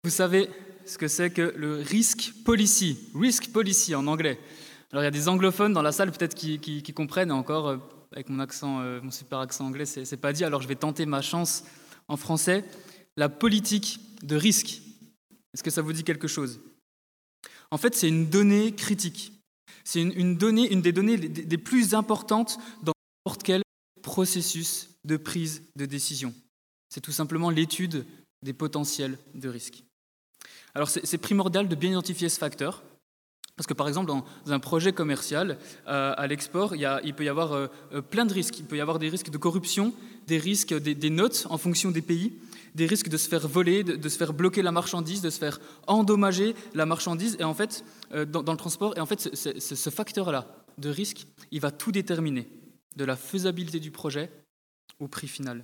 Vous savez ce que c'est que le risk policy en anglais. Alors il y a des anglophones dans la salle peut-être qui comprennent, et encore avec mon accent, mon super accent anglais, c'est pas dit, alors je vais tenter ma chance en français. La politique de risque, est-ce que ça vous dit quelque chose? En fait, c'est une donnée critique. C'est une des données des plus importantes dans n'importe quel processus de prise de décision. C'est tout simplement l'étude des potentiels de risque. Alors c'est primordial de bien identifier ce facteur, parce que par exemple dans un projet commercial à l'export, il peut y avoir plein de risques. Il peut y avoir des risques de corruption, des risques des notes en fonction des pays, des risques de se faire voler, de se faire bloquer la marchandise, de se faire endommager la marchandise, et en fait dans le transport. Et en fait ce facteur-là de risque, il va tout déterminer, de la faisabilité du projet au prix final.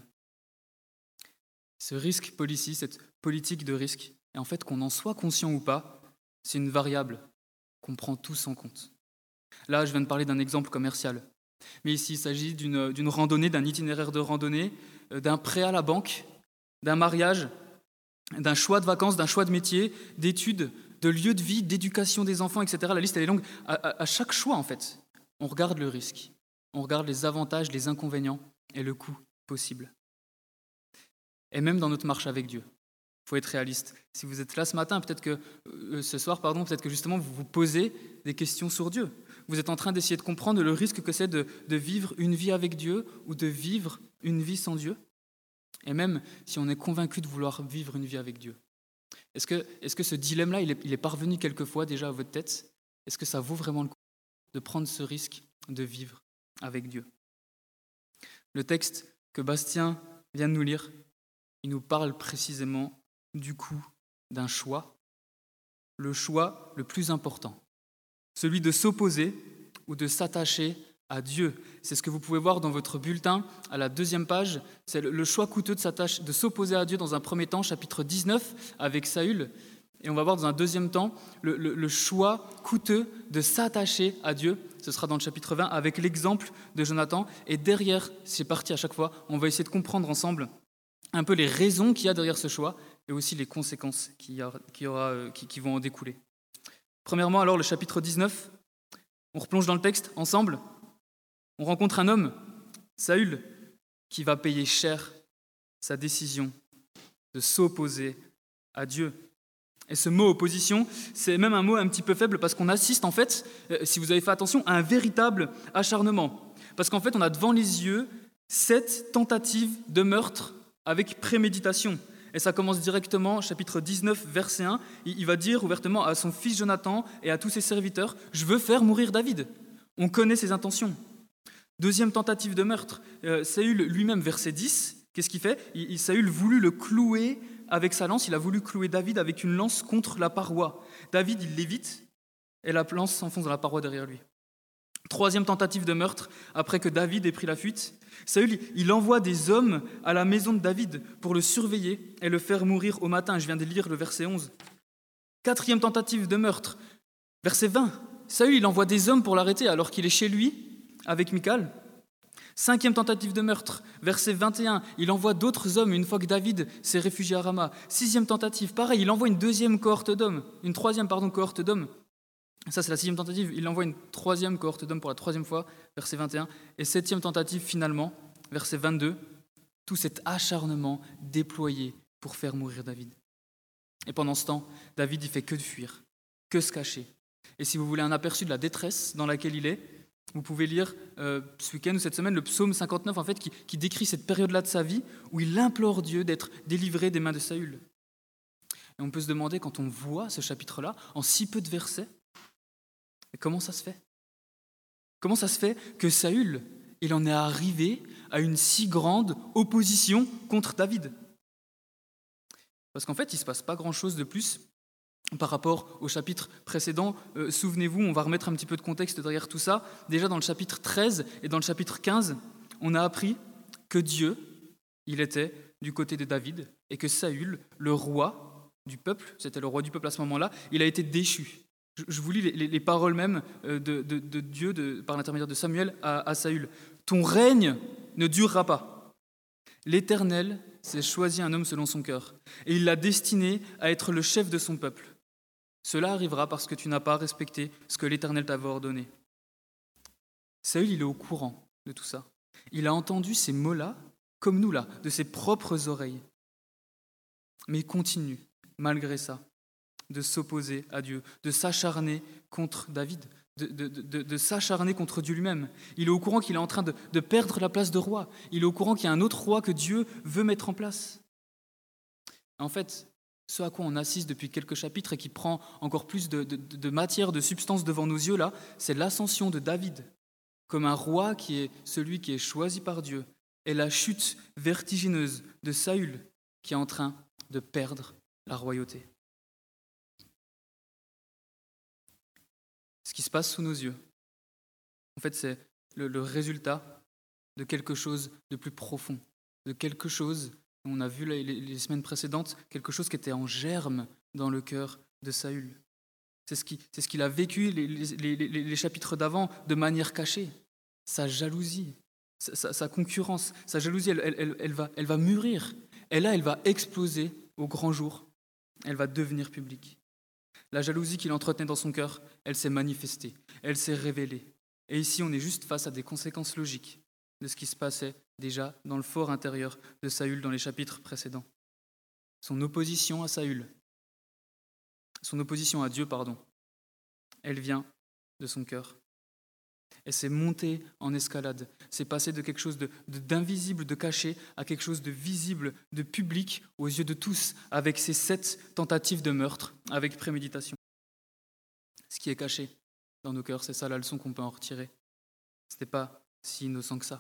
Ce risk policy, cette politique de risque, et en fait, qu'on en soit conscient ou pas, c'est une variable qu'on prend tous en compte. Là, je viens de parler d'un exemple commercial. Mais ici, il s'agit d'une randonnée, d'un itinéraire de randonnée, d'un prêt à la banque, d'un mariage, d'un choix de vacances, d'un choix de métier, d'études, de lieu de vie, d'éducation des enfants, etc. La liste, elle est longue. À chaque choix, en fait, on regarde le risque. On regarde les avantages, les inconvénients et le coût possible. Et même dans notre marche avec Dieu. Il faut être réaliste. Si vous êtes là ce matin, ce soir, peut-être que justement vous vous posez des questions sur Dieu. Vous êtes en train d'essayer de comprendre le risque que c'est de vivre une vie avec Dieu ou de vivre une vie sans Dieu. Et même si on est convaincu de vouloir vivre une vie avec Dieu, est-ce que ce dilemme-là, il est parvenu quelquefois déjà à votre tête? Est-ce que ça vaut vraiment le coup de prendre ce risque de vivre avec Dieu? Le texte que Bastien vient de nous lire, il nous parle précisément du coup d'un choix, le choix le plus important, celui de s'opposer ou de s'attacher à Dieu. C'est ce que vous pouvez voir dans votre bulletin à la 2e page, c'est le choix coûteux de s'opposer à Dieu dans un premier temps, chapitre 19 avec Saül, et on va voir dans un deuxième temps le choix coûteux de s'attacher à Dieu, ce sera dans le chapitre 20 avec l'exemple de Jonathan, et derrière, c'est parti à chaque fois, on va essayer de comprendre ensemble un peu les raisons qu'il y a derrière ce choix et aussi les conséquences qui vont en découler. Premièrement, alors, le chapitre 19, on replonge dans le texte ensemble. On rencontre un homme, Saül, qui va payer cher sa décision de s'opposer à Dieu. Et ce mot opposition, c'est même un mot un petit peu faible parce qu'on assiste en fait, si vous avez fait attention, à un véritable acharnement. Parce qu'en fait, on a devant les yeux 7 tentatives de meurtre avec préméditation. Et ça commence directement, chapitre 19, verset 1. Il va dire ouvertement à son fils Jonathan et à tous ses serviteurs, « Je veux faire mourir David ». On connaît ses intentions. Deuxième tentative de meurtre, Saül lui-même, verset 10, qu'est-ce qu'il fait? Saül voulut le clouer avec sa lance, il a voulu clouer David avec une lance contre la paroi. David, il l'évite et la lance s'enfonce dans la paroi derrière lui. Troisième tentative de meurtre, après que David ait pris la fuite, Saül, il envoie des hommes à la maison de David pour le surveiller et le faire mourir au matin. Je viens de lire le verset 11. Quatrième tentative de meurtre, verset 20. Saül, il envoie des hommes pour l'arrêter alors qu'il est chez lui avec Michal. Cinquième tentative de meurtre, verset 21. Il envoie d'autres hommes une fois que David s'est réfugié à Rama. Sixième tentative, pareil, il envoie une troisième cohorte d'hommes. Ça, c'est la 6e tentative. Il envoie une 3e cohorte d'hommes pour la 3e fois, verset 21. Et 7e tentative, finalement, verset 22. Tout cet acharnement déployé pour faire mourir David. Et pendant ce temps, David, il fait que de fuir, que se cacher. Et si vous voulez un aperçu de la détresse dans laquelle il est, vous pouvez lire ce week-end ou cette semaine le psaume 59, en fait, qui décrit cette période-là de sa vie où il implore Dieu d'être délivré des mains de Saül. Et on peut se demander, quand on voit ce chapitre-là, en si peu de versets, comment ça se fait? Comment ça se fait que Saül, il en est arrivé à une si grande opposition contre David? Parce qu'en fait, il ne se passe pas grand-chose de plus par rapport au chapitre précédent. Souvenez-vous, on va remettre un petit peu de contexte derrière tout ça. Déjà dans le chapitre 13 et dans le chapitre 15, on a appris que Dieu, il était du côté de David et que Saül, le roi du peuple, c'était le roi du peuple à ce moment-là, il a été déchu. Je vous lis les paroles même de Dieu par l'intermédiaire de Samuel à Saül. « Ton règne ne durera pas. L'Éternel s'est choisi un homme selon son cœur, et il l'a destiné à être le chef de son peuple. Cela arrivera parce que tu n'as pas respecté ce que l'Éternel t'avait ordonné. Saül, il est au courant de tout ça. Il a entendu ces mots-là, comme nous là, de ses propres oreilles. Mais il continue, malgré ça, de s'opposer à Dieu, de s'acharner contre David, de s'acharner contre Dieu lui-même. Il est au courant qu'il est en train de perdre la place de roi. Il est au courant qu'il y a un autre roi que Dieu veut mettre en place. En fait, ce à quoi on assiste depuis quelques chapitres et qui prend encore plus de matière, de substance devant nos yeux, là, c'est l'ascension de David comme un roi qui est celui qui est choisi par Dieu et la chute vertigineuse de Saül qui est en train de perdre la royauté. Ce qui se passe sous nos yeux, en fait, c'est le résultat de quelque chose de plus profond, de quelque chose, on a vu les semaines précédentes, quelque chose qui était en germe dans le cœur de Saül. C'est ce qu'il a vécu les chapitres d'avant de manière cachée. Sa jalousie, sa concurrence, sa jalousie, elle va mûrir. Et là, elle va exploser au grand jour. Elle va devenir publique. La jalousie qu'il entretenait dans son cœur, elle s'est manifestée, elle s'est révélée. Et ici, on est juste face à des conséquences logiques de ce qui se passait déjà dans le fort intérieur de Saül dans les chapitres précédents. Son opposition à Dieu, elle vient de son cœur. Et c'est monté en escalade. C'est passé de quelque chose d'invisible, de caché, à quelque chose de visible, de public, aux yeux de tous, avec ces 7 tentatives de meurtre, avec préméditation. Ce qui est caché dans nos cœurs, c'est ça la leçon qu'on peut en retirer. Ce n'était pas si innocent que ça.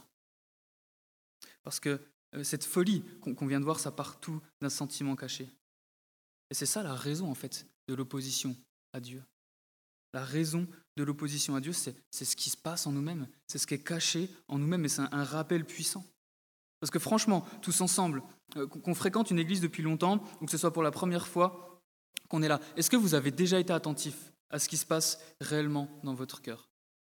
Parce que cette folie qu'on vient de voir, ça part tout d'un sentiment caché. Et c'est ça la raison, en fait, de l'opposition à Dieu. La raison de l'opposition à Dieu, c'est ce qui se passe en nous-mêmes, c'est ce qui est caché en nous-mêmes, et c'est un rappel puissant. Parce que franchement, tous ensemble, qu'on fréquente une église depuis longtemps, ou que ce soit pour la première fois qu'on est là, est-ce que vous avez déjà été attentif à ce qui se passe réellement dans votre cœur ?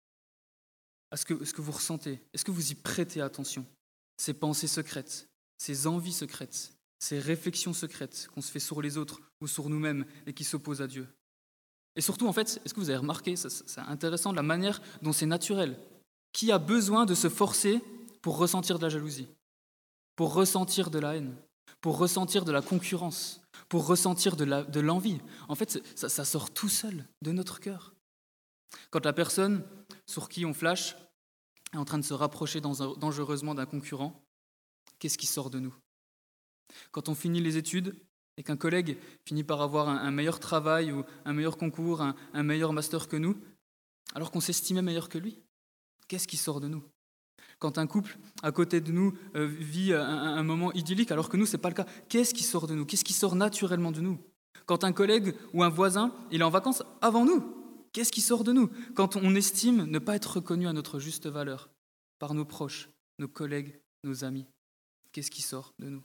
À ce que vous ressentez ? Est-ce que vous y prêtez attention ? Ces pensées secrètes, ces envies secrètes, ces réflexions secrètes qu'on se fait sur les autres ou sur nous-mêmes et qui s'opposent à Dieu. Et surtout, en fait, est-ce que vous avez remarqué, c'est intéressant, la manière dont c'est naturel. Qui a besoin de se forcer pour ressentir de la jalousie, pour ressentir de la haine, pour ressentir de la concurrence, pour ressentir de l'envie ? En fait, ça sort tout seul de notre cœur. Quand la personne sur qui on flash est en train de se rapprocher dangereusement d'un concurrent, qu'est-ce qui sort de nous ? Quand on finit les études et qu'un collègue finit par avoir un meilleur travail ou un meilleur concours, un meilleur master que nous, alors qu'on s'estimait meilleur que lui, qu'est-ce qui sort de nous ? Quand un couple à côté de nous vit un moment idyllique alors que nous, ce n'est pas le cas, qu'est-ce qui sort de nous ? Qu'est-ce qui sort naturellement de nous ? Quand un collègue ou un voisin, il est en vacances avant nous, qu'est-ce qui sort de nous ? Quand on estime ne pas être reconnu à notre juste valeur par nos proches, nos collègues, nos amis, qu'est-ce qui sort de nous ?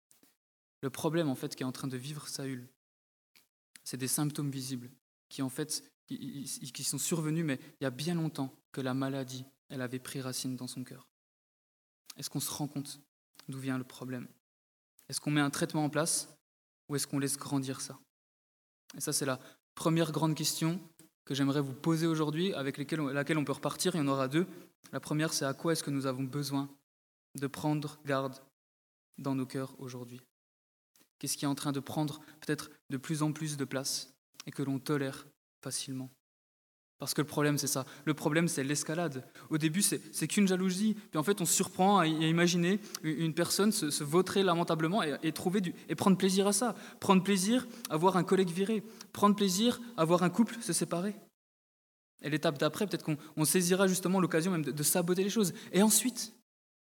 Le problème, en fait, qui est en train de vivre Saül, c'est des symptômes visibles qui, en fait, qui sont survenus, mais il y a bien longtemps que la maladie, elle avait pris racine dans son cœur. Est-ce qu'on se rend compte d'où vient le problème ? Est-ce qu'on met un traitement en place ou est-ce qu'on laisse grandir ça ? Et ça, c'est la première grande question que j'aimerais vous poser aujourd'hui, avec laquelle on peut repartir. Il y en aura 2. La première, c'est à quoi est-ce que nous avons besoin de prendre garde dans nos cœurs aujourd'hui ? Qu'est-ce qui est en train de prendre peut-être de plus en plus de place et que l'on tolère facilement ? Parce que le problème, c'est ça. Le problème, c'est l'escalade. Au début, c'est qu'une jalousie. Puis en fait, on se surprend à imaginer une personne se vautrer lamentablement et prendre plaisir à ça. Prendre plaisir à voir un collègue viré. Prendre plaisir à voir un couple se séparer. Et l'étape d'après, peut-être qu'on saisira justement l'occasion même de saboter les choses. Et ensuite,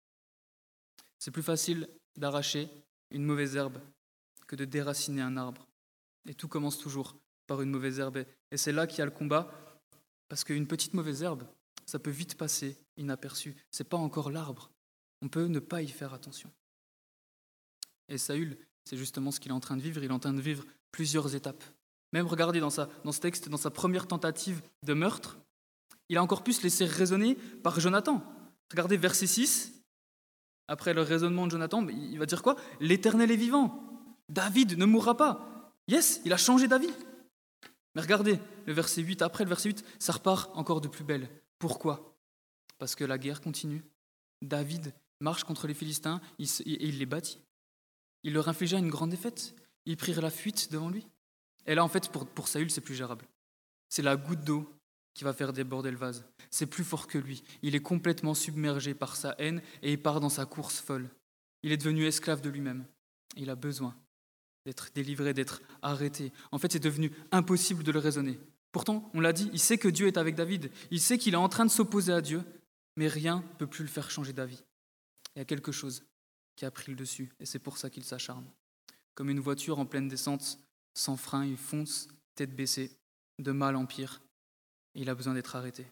c'est plus facile d'arracher une mauvaise herbe que de déraciner un arbre. Et tout commence toujours par une mauvaise herbe. Et c'est là qu'il y a le combat, parce qu'une petite mauvaise herbe, ça peut vite passer inaperçu. C'est pas encore l'arbre. On peut ne pas y faire attention. Et Saül, c'est justement ce qu'il est en train de vivre. Il est en train de vivre plusieurs étapes. Même regardez dans ce texte, dans sa première tentative de meurtre, il a encore pu se laisser raisonner par Jonathan. Regardez verset 6. Après le raisonnement de Jonathan, il va dire quoi? L'Éternel est vivant. David ne mourra pas. Yes, il a changé d'avis. Mais regardez, le verset 8, après le verset 8, ça repart encore de plus belle. Pourquoi? Parce que la guerre continue. David marche contre les Philistins et il les bâtit. Il leur infligea une grande défaite. Ils prirent la fuite devant lui. Et là, en fait, pour Saül, c'est plus gérable. C'est la goutte d'eau qui va faire déborder le vase. C'est plus fort que lui. Il est complètement submergé par sa haine et il part dans sa course folle. Il est devenu esclave de lui-même. Il a besoin d'être délivré, d'être arrêté. En fait, c'est devenu impossible de le raisonner. Pourtant, on l'a dit, il sait que Dieu est avec David. Il sait qu'il est en train de s'opposer à Dieu, mais rien ne peut plus le faire changer d'avis. Il y a quelque chose qui a pris le dessus, et c'est pour ça qu'il s'acharne. Comme une voiture en pleine descente, sans frein, il fonce, tête baissée, de mal en pire. Et il a besoin d'être arrêté.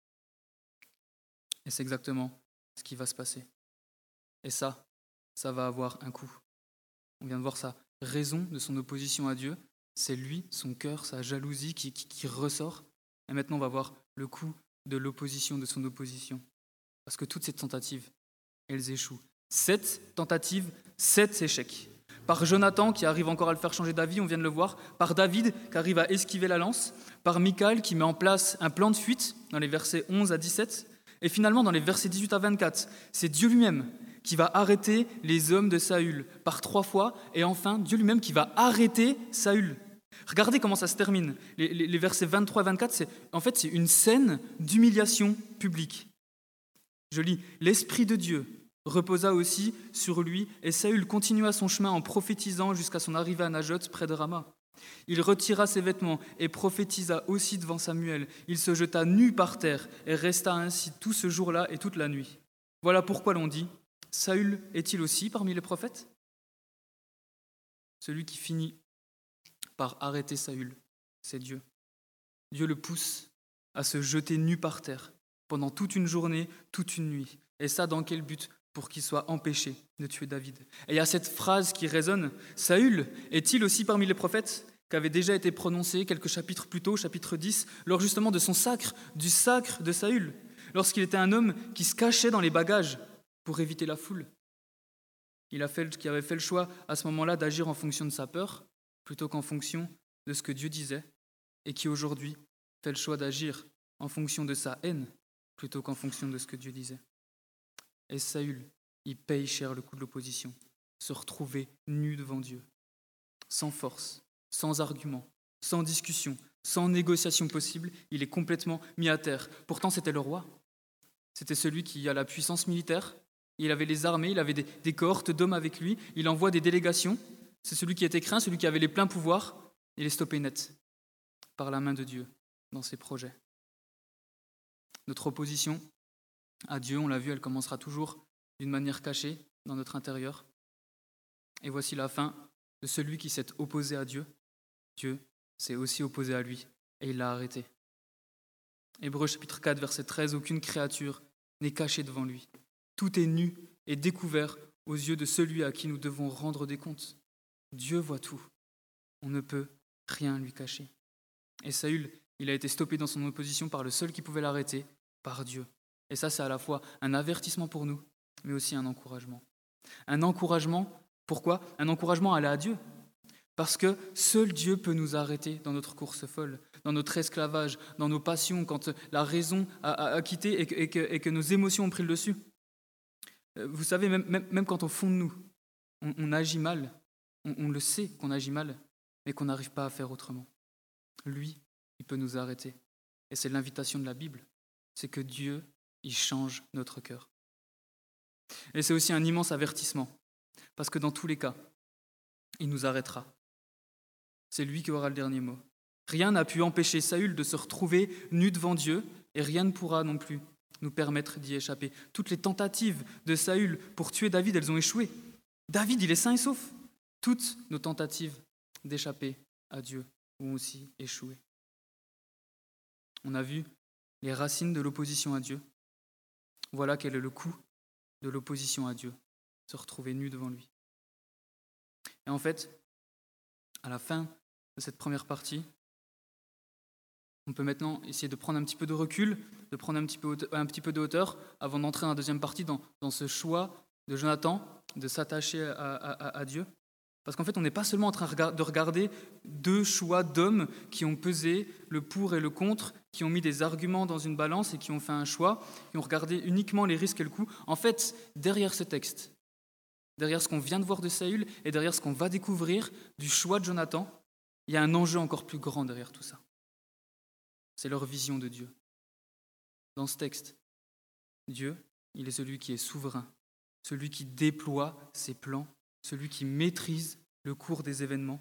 Et c'est exactement ce qui va se passer. Et ça va avoir un coût. On vient de voir ça. Raison de son opposition à Dieu, c'est lui, son cœur, sa jalousie qui ressort. Et maintenant, on va voir le coût de l'opposition, de son opposition. Parce que toutes ces tentatives, elles échouent. 7 tentatives, 7 échecs. Par Jonathan, qui arrive encore à le faire changer d'avis, on vient de le voir. Par David, qui arrive à esquiver la lance. Par Michal, qui met en place un plan de fuite, dans les versets 11 à 17. Et finalement, dans les versets 18 à 24, c'est Dieu lui-même qui va arrêter les hommes de Saül par 3 fois, et enfin Dieu lui-même qui va arrêter Saül. Regardez comment ça se termine. Les versets 23 et 24, c'est une scène d'humiliation publique. Je lis, « L'Esprit de Dieu reposa aussi sur lui, et Saül continua son chemin en prophétisant jusqu'à son arrivée à Najot, près de Rama. Il retira ses vêtements et prophétisa aussi devant Samuel. Il se jeta nu par terre et resta ainsi tout ce jour-là et toute la nuit. Voilà pourquoi l'on dit, Saül est-il aussi parmi les prophètes ? Celui qui finit par arrêter Saül, c'est Dieu. Dieu le pousse à se jeter nu par terre pendant toute une journée, toute une nuit. Et ça, dans quel but ? Pour qu'il soit empêché de tuer David. Et il y a cette phrase qui résonne, Saül est-il aussi parmi les prophètes ? Qui avait déjà été prononcée quelques chapitres plus tôt, chapitre 10, lors justement de son sacre, du sacre de Saül, lorsqu'il était un homme qui se cachait dans les bagages pour éviter la foule. Qui avait fait le choix à ce moment-là d'agir en fonction de sa peur, plutôt qu'en fonction de ce que Dieu disait, et qui aujourd'hui fait le choix d'agir en fonction de sa haine, plutôt qu'en fonction de ce que Dieu disait. Et Saül, il paye cher le coup de l'opposition, se retrouver nu devant Dieu, sans force, sans argument, sans discussion, sans négociation possible, il est complètement mis à terre. Pourtant, c'était le roi. C'était celui qui a la puissance militaire, il avait les armées, il avait des cohortes d'hommes avec lui, il envoie des délégations. C'est celui qui était craint, celui qui avait les pleins pouvoirs. Il est stoppé net par la main de Dieu dans ses projets. Notre opposition à Dieu, on l'a vu, elle commencera toujours d'une manière cachée dans notre intérieur. Et voici la fin de celui qui s'est opposé à Dieu. Dieu s'est aussi opposé à lui et il l'a arrêté. Hébreux chapitre 4, verset 13, aucune créature n'est cachée devant lui. Tout est nu et découvert aux yeux de celui à qui nous devons rendre des comptes. Dieu voit tout. On ne peut rien lui cacher. Et Saül, il a été stoppé dans son opposition par le seul qui pouvait l'arrêter, par Dieu. Et ça, c'est à la fois un avertissement pour nous, mais aussi un encouragement. Un encouragement, pourquoi ? Un encouragement à aller à Dieu. Parce que seul Dieu peut nous arrêter dans notre course folle, dans notre esclavage, dans nos passions, quand la raison a quitté et que nos émotions ont pris le dessus. Vous savez, même quand au fond de nous, on agit mal, on le sait qu'on agit mal, mais qu'on n'arrive pas à faire autrement. Lui, il peut nous arrêter. Et c'est l'invitation de la Bible, c'est que Dieu, il change notre cœur. Et c'est aussi un immense avertissement, parce que dans tous les cas, il nous arrêtera. C'est lui qui aura le dernier mot. Rien n'a pu empêcher Saül de se retrouver nu devant Dieu, et rien ne pourra non plus nous permettre d'y échapper. Toutes les tentatives de Saül pour tuer David, elles ont échoué. David, il est sain et sauf. Toutes nos tentatives d'échapper à Dieu ont aussi échoué. On a vu les racines de l'opposition à Dieu. Voilà quel est le coût de l'opposition à Dieu, se retrouver nu devant lui. Et en fait, à la fin de cette première partie, on peut maintenant essayer de prendre un petit peu de recul, de prendre un petit peu de hauteur, avant d'entrer dans la deuxième partie, dans ce choix de Jonathan de s'attacher à Dieu. Parce qu'en fait, on n'est pas seulement en train de regarder deux choix d'hommes qui ont pesé le pour et le contre, qui ont mis des arguments dans une balance et qui ont fait un choix, qui ont regardé uniquement les risques et le coût. En fait, derrière ce texte, derrière ce qu'on vient de voir de Saül et derrière ce qu'on va découvrir du choix de Jonathan, il y a un enjeu encore plus grand derrière tout ça. C'est leur vision de Dieu. Dans ce texte, Dieu, il est celui qui est souverain, celui qui déploie ses plans, celui qui maîtrise le cours des événements.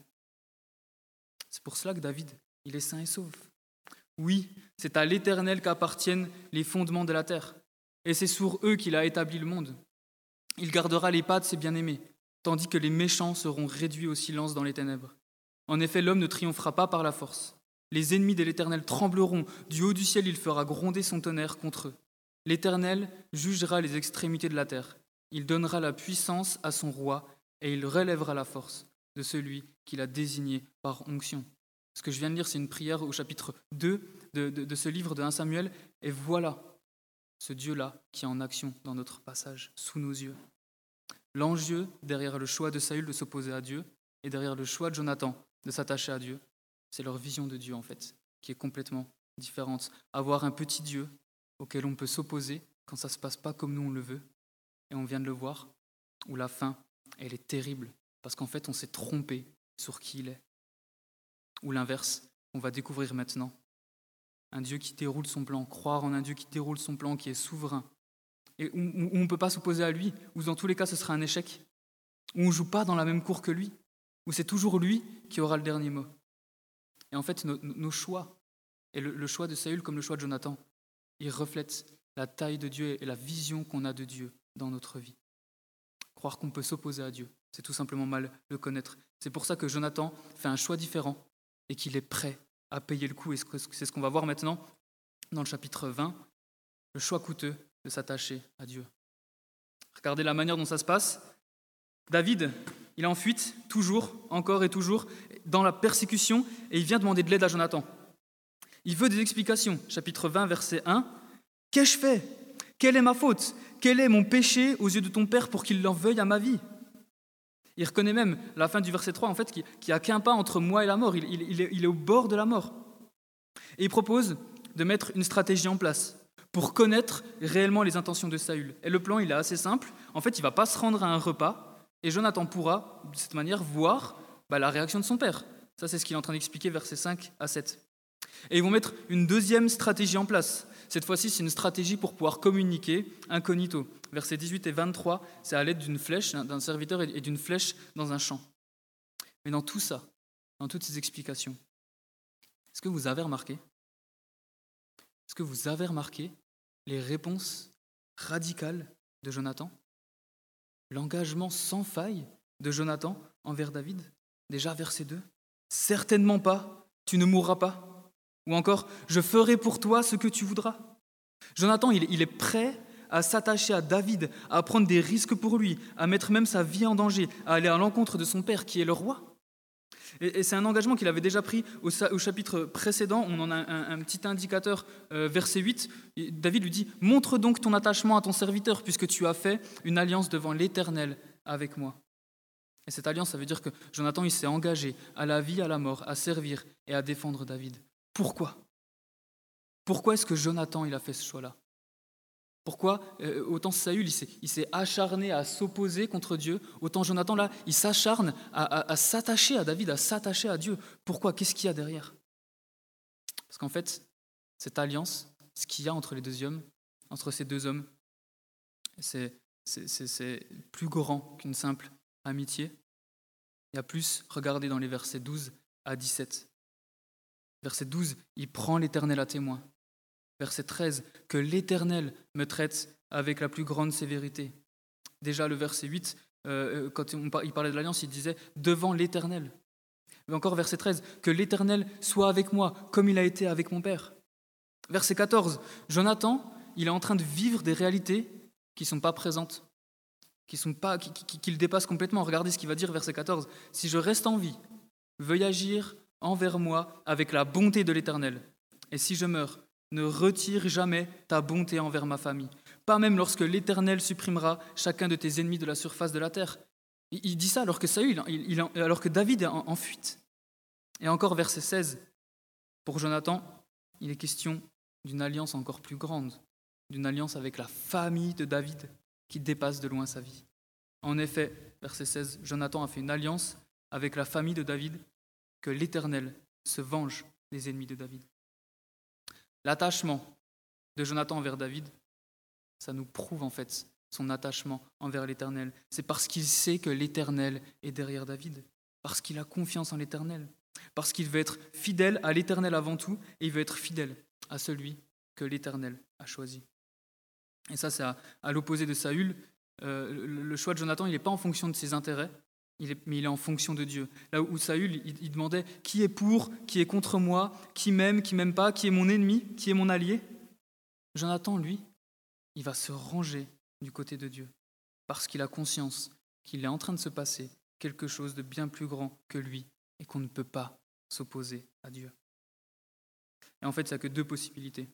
C'est pour cela que David, il est sain et sauf. Oui, c'est à l'Éternel qu'appartiennent les fondements de la terre, et c'est sur eux qu'il a établi le monde. Il gardera les pas de ses bien-aimés, tandis que les méchants seront réduits au silence dans les ténèbres. En effet, l'homme ne triomphera pas par la force. Les ennemis de l'Éternel trembleront, du haut du ciel il fera gronder son tonnerre contre eux. L'Éternel jugera les extrémités de la terre. Il donnera la puissance à son roi, et il relèvera la force de celui qu'il a désigné par onction. Ce que je viens de lire, c'est une prière au chapitre 2 de ce livre de 1 Samuel. Et voilà ce Dieu-là qui est en action dans notre passage, sous nos yeux. L'enjeu derrière le choix de Saül de s'opposer à Dieu et derrière le choix de Jonathan de s'attacher à Dieu, c'est leur vision de Dieu en fait, qui est complètement différente. Avoir un petit Dieu auquel on peut s'opposer quand ça ne se passe pas comme nous on le veut, et on vient de le voir, où la fin, elle est terrible, parce qu'en fait, on s'est trompé sur qui il est. Ou l'inverse, on va découvrir maintenant. Un Dieu qui déroule son plan, croire en un Dieu qui déroule son plan, qui est souverain, et où on ne peut pas s'opposer à lui, où dans tous les cas, ce sera un échec, où on ne joue pas dans la même cour que lui, où c'est toujours lui qui aura le dernier mot. Et en fait, nos choix, et le choix de Saül comme le choix de Jonathan, ils reflètent la taille de Dieu et la vision qu'on a de Dieu dans notre vie. Croire qu'on peut s'opposer à Dieu, c'est tout simplement mal le connaître. C'est pour ça que Jonathan fait un choix différent et qu'il est prêt à payer le coup. Et c'est ce qu'on va voir maintenant dans le chapitre 20, le choix coûteux de s'attacher à Dieu. Regardez la manière dont ça se passe. David, il est en fuite, toujours, encore et toujours, dans la persécution, et il vient demander de l'aide à Jonathan. Il veut des explications. Chapitre 20, verset 1. « Qu'ai-je fait ? Quelle est ma faute ? Quel est mon péché aux yeux de ton père pour qu'il l'en veuille à ma vie ?» Il reconnaît même, à la fin du verset 3, en fait, qu'il n'y a qu'un pas entre moi et la mort. Il est au bord de la mort. Et il propose de mettre une stratégie en place pour connaître réellement les intentions de Saül. Et le plan, il est assez simple. En fait, il ne va pas se rendre à un repas, et Jonathan pourra, de cette manière, voir la réaction de son père. Ça, c'est ce qu'il est en train d'expliquer, versets 5 à 7. Et ils vont mettre une deuxième stratégie en place. Cette fois-ci, c'est une stratégie pour pouvoir communiquer incognito. Versets 18 et 23, c'est à l'aide d'une flèche, d'un serviteur et d'une flèche dans un champ. Mais dans tout ça, dans toutes ces explications, est-ce que vous avez remarqué les réponses radicales de Jonathan? L'engagement sans faille de Jonathan envers David? Déjà, verset 2, « Certainement pas, tu ne mourras pas. » Ou encore, « Je ferai pour toi ce que tu voudras. » Jonathan, il est prêt à s'attacher à David, à prendre des risques pour lui, à mettre même sa vie en danger, à aller à l'encontre de son père qui est le roi. Et c'est un engagement qu'il avait déjà pris au chapitre précédent. On en a un petit indicateur, verset 8. David lui dit « Montre donc ton attachement à ton serviteur, puisque tu as fait une alliance devant l'Éternel avec moi. » Et cette alliance, ça veut dire que Jonathan, il s'est engagé à la vie, à la mort, à servir et à défendre David. Pourquoi ? Pourquoi est-ce que Jonathan, il a fait ce choix-là ? Pourquoi autant Saül, il s'est acharné à s'opposer contre Dieu, autant Jonathan, là, il s'acharne à s'attacher à David, à s'attacher à Dieu. Pourquoi ? Qu'est-ce qu'il y a derrière ? Parce qu'en fait, cette alliance, ce qu'il y a entre ces deux hommes, c'est plus grand qu'une simple amitié. Il y a plus, regardez dans les versets 12 à 17. Verset 12, il prend l'Éternel à témoin. Verset 13, que l'Éternel me traite avec la plus grande sévérité. Déjà le verset 8, quand il parlait de l'alliance, il disait devant l'Éternel. Mais encore verset 13, que l'Éternel soit avec moi comme il a été avec mon père. Verset 14, Jonathan, il est en train de vivre des réalités qui ne sont pas présentes, qui le dépassent complètement. Regardez ce qu'il va dire, verset 14. Si je reste en vie, veuille agir envers moi avec la bonté de l'Éternel. Et si je meurs, ne retire jamais ta bonté envers ma famille. pas même lorsque l'Éternel supprimera chacun de tes ennemis de la surface de la terre. Il dit ça alors que alors que David est en fuite. Et encore verset 16, pour Jonathan, il est question d'une alliance encore plus grande, d'une alliance avec la famille de David qui dépasse de loin sa vie. En effet, verset 16, Jonathan a fait une alliance avec la famille de David, que l'Éternel se venge des ennemis de David. L'attachement de Jonathan envers David, ça nous prouve en fait son attachement envers l'Éternel. C'est parce qu'il sait que l'Éternel est derrière David, parce qu'il a confiance en l'Éternel, parce qu'il veut être fidèle à l'Éternel avant tout, et il veut être fidèle à celui que l'Éternel a choisi. Et ça, c'est à l'opposé de Saül. Le choix de Jonathan, il n'est pas en fonction de ses intérêts, mais il est en fonction de Dieu. Là où Saül, il demandait qui est pour, qui est contre moi, qui m'aime pas, qui est mon ennemi, qui est mon allié. Jonathan, lui, il va se ranger du côté de Dieu, parce qu'il a conscience qu'il est en train de se passer quelque chose de bien plus grand que lui, et qu'on ne peut pas s'opposer à Dieu. Et en fait, il n'y a que deux possibilités.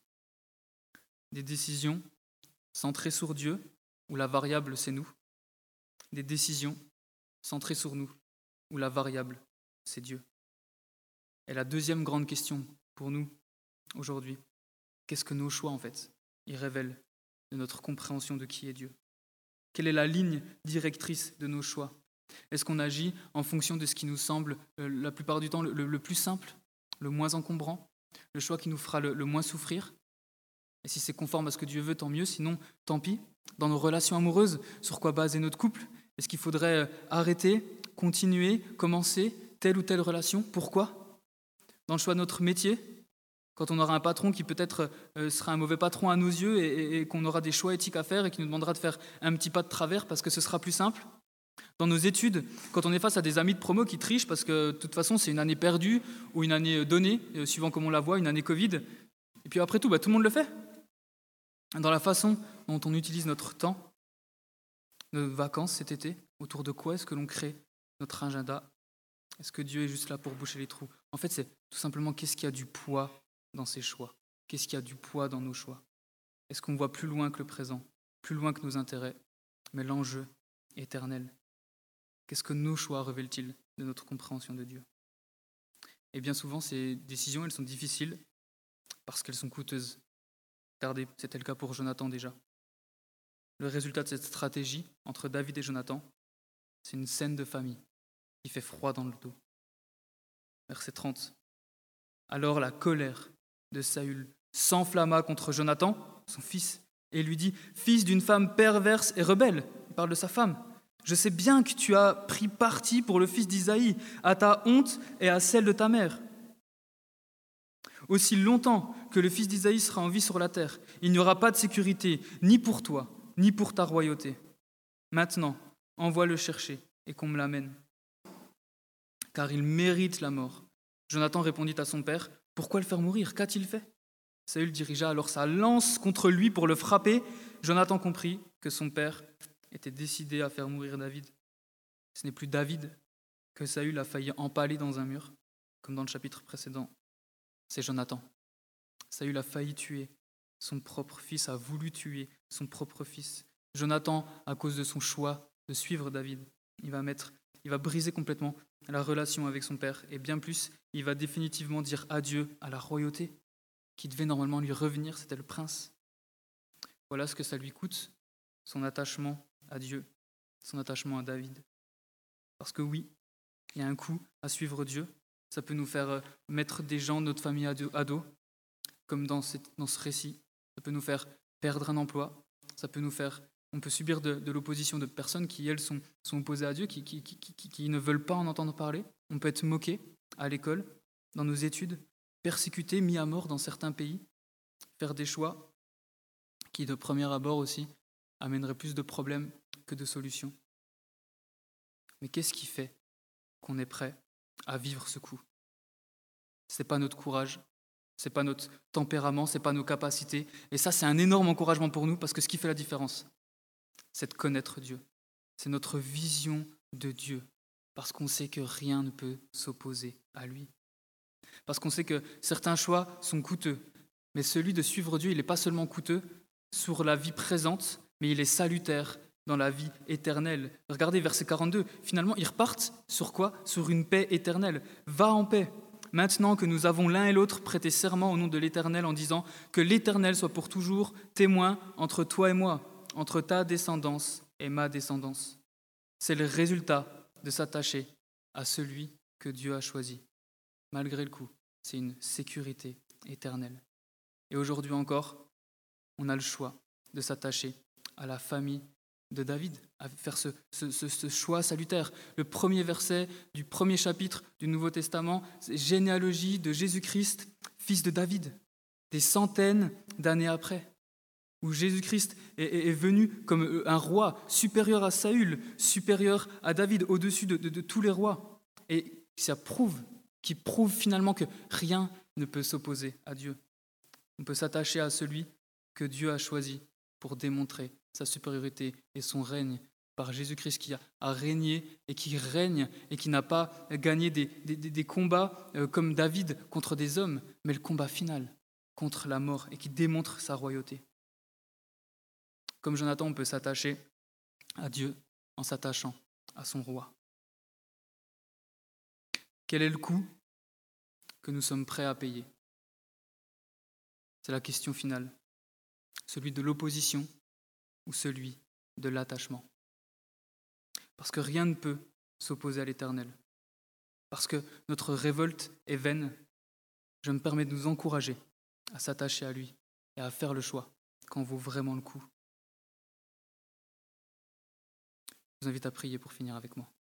Des décisions centrées sur Dieu, où la variable c'est nous. Des décisions centrées sur nous, où la variable c'est Dieu. Et la deuxième grande question pour nous aujourd'hui, qu'est-ce que nos choix en fait, ils révèlent de notre compréhension de qui est Dieu? Quelle est la ligne directrice de nos choix? Est-ce qu'on agit en fonction de ce qui nous semble la plupart du temps le plus simple, le moins encombrant, le choix qui nous fera le moins souffrir? Et si c'est conforme à ce que Dieu veut, tant mieux, sinon tant pis. Dans nos relations amoureuses, sur quoi baser notre couple? Est-ce qu'il faudrait arrêter, continuer, commencer telle ou telle relation? Pourquoi? Dans le choix de notre métier, quand on aura un patron qui peut-être sera un mauvais patron à nos yeux et qu'on aura des choix éthiques à faire et qui nous demandera de faire un petit pas de travers parce que ce sera plus simple. Dans nos études, quand on est face à des amis de promo qui trichent parce que de toute façon c'est une année perdue ou une année donnée, suivant comme on la voit, une année Covid, et puis après tout, tout le monde le fait. Dans la façon dont on utilise notre temps, nos vacances cet été, autour de quoi est-ce que l'on crée notre agenda? Est-ce que Dieu est juste là pour boucher les trous? En fait, c'est tout simplement qu'est-ce qui a du poids dans ces choix? Qu'est-ce qui a du poids dans nos choix? Est-ce qu'on voit plus loin que le présent, plus loin que nos intérêts, mais l'enjeu éternel? Qu'est-ce que nos choix révèlent-ils de notre compréhension de Dieu? Et bien souvent, ces décisions, elles sont difficiles parce qu'elles sont coûteuses. Regardez, c'était le cas pour Jonathan déjà. Le résultat de cette stratégie entre David et Jonathan, c'est une scène de famille qui fait froid dans le dos. Verset 30. Alors la colère de Saül s'enflamma contre Jonathan, son fils, et lui dit « Fils d'une femme perverse et rebelle », il parle de sa femme, « je sais bien que tu as pris parti pour le fils d'Isaïe, à ta honte et à celle de ta mère. Aussi longtemps que le fils d'Isaïe sera en vie sur la terre, il n'y aura pas de sécurité, ni pour toi, ni pour ta royauté. Maintenant, envoie-le chercher et qu'on me l'amène, car il mérite la mort. » Jonathan répondit à son père, « Pourquoi le faire mourir? Qu'a-t-il fait » Saül dirigea alors sa lance contre lui pour le frapper. Jonathan comprit que son père était décidé à faire mourir David. Ce n'est plus David que Saül a failli empaler dans un mur, comme dans le chapitre précédent. C'est Jonathan. Saül a failli tuer son propre fils, a voulu tuer son propre fils. Jonathan, à cause de son choix de suivre David, il va briser complètement la relation avec son père, et bien plus, il va définitivement dire adieu à la royauté qui devait normalement lui revenir, c'était le prince. Voilà ce que ça lui coûte, son attachement à Dieu, son attachement à David. Parce que oui, il y a un coût à suivre Dieu. Ça peut nous faire mettre des gens de notre famille à dos, comme dans ce récit. Ça peut nous faire perdre un emploi. On peut subir de l'opposition de personnes qui, elles, sont opposées à Dieu, qui ne veulent pas en entendre parler. On peut être moqué à l'école, dans nos études, persécuté, mis à mort dans certains pays, faire des choix qui, de premier abord aussi, amèneraient plus de problèmes que de solutions. Mais qu'est-ce qui fait qu'on est prêt à vivre ce coup? Ce n'est pas notre courage, ce n'est pas notre tempérament, ce n'est pas nos capacités. Et ça, c'est un énorme encouragement pour nous, parce que ce qui fait la différence, c'est de connaître Dieu. C'est notre vision de Dieu, parce qu'on sait que rien ne peut s'opposer à lui. Parce qu'on sait que certains choix sont coûteux, mais celui de suivre Dieu, il n'est pas seulement coûteux, sur la vie présente, mais il est salutaire dans la vie éternelle. Regardez verset 42, finalement ils repartent sur quoi? Sur une paix éternelle. Va en paix, maintenant que nous avons l'un et l'autre prêté serment au nom de l'Éternel en disant que l'Éternel soit pour toujours témoin entre toi et moi, entre ta descendance et ma descendance. C'est le résultat de s'attacher à celui que Dieu a choisi. Malgré le coup, c'est une sécurité éternelle. Et aujourd'hui encore, on a le choix de s'attacher à la famille de David, à faire ce choix salutaire. Le premier verset du premier chapitre du Nouveau Testament, c'est généalogie de Jésus-Christ, fils de David, des centaines d'années après, où Jésus-Christ est venu comme un roi supérieur à Saül, supérieur à David, au-dessus de tous les rois, et qui prouve finalement que rien ne peut s'opposer à Dieu. On peut s'attacher à celui que Dieu a choisi pour démontrer sa supériorité et son règne par Jésus-Christ qui a régné et qui règne et qui n'a pas gagné des combats comme David contre des hommes, mais le combat final contre la mort et qui démontre sa royauté. Comme Jonathan, on peut s'attacher à Dieu en s'attachant à son roi. Quel est le coût que nous sommes prêts à payer? C'est la question finale. Celui de l'opposition ou celui de l'attachement. Parce que rien ne peut s'opposer à l'Éternel. Parce que notre révolte est vaine, je me permets de nous encourager à s'attacher à lui et à faire le choix quand vaut vraiment le coup. Je vous invite à prier pour finir avec moi.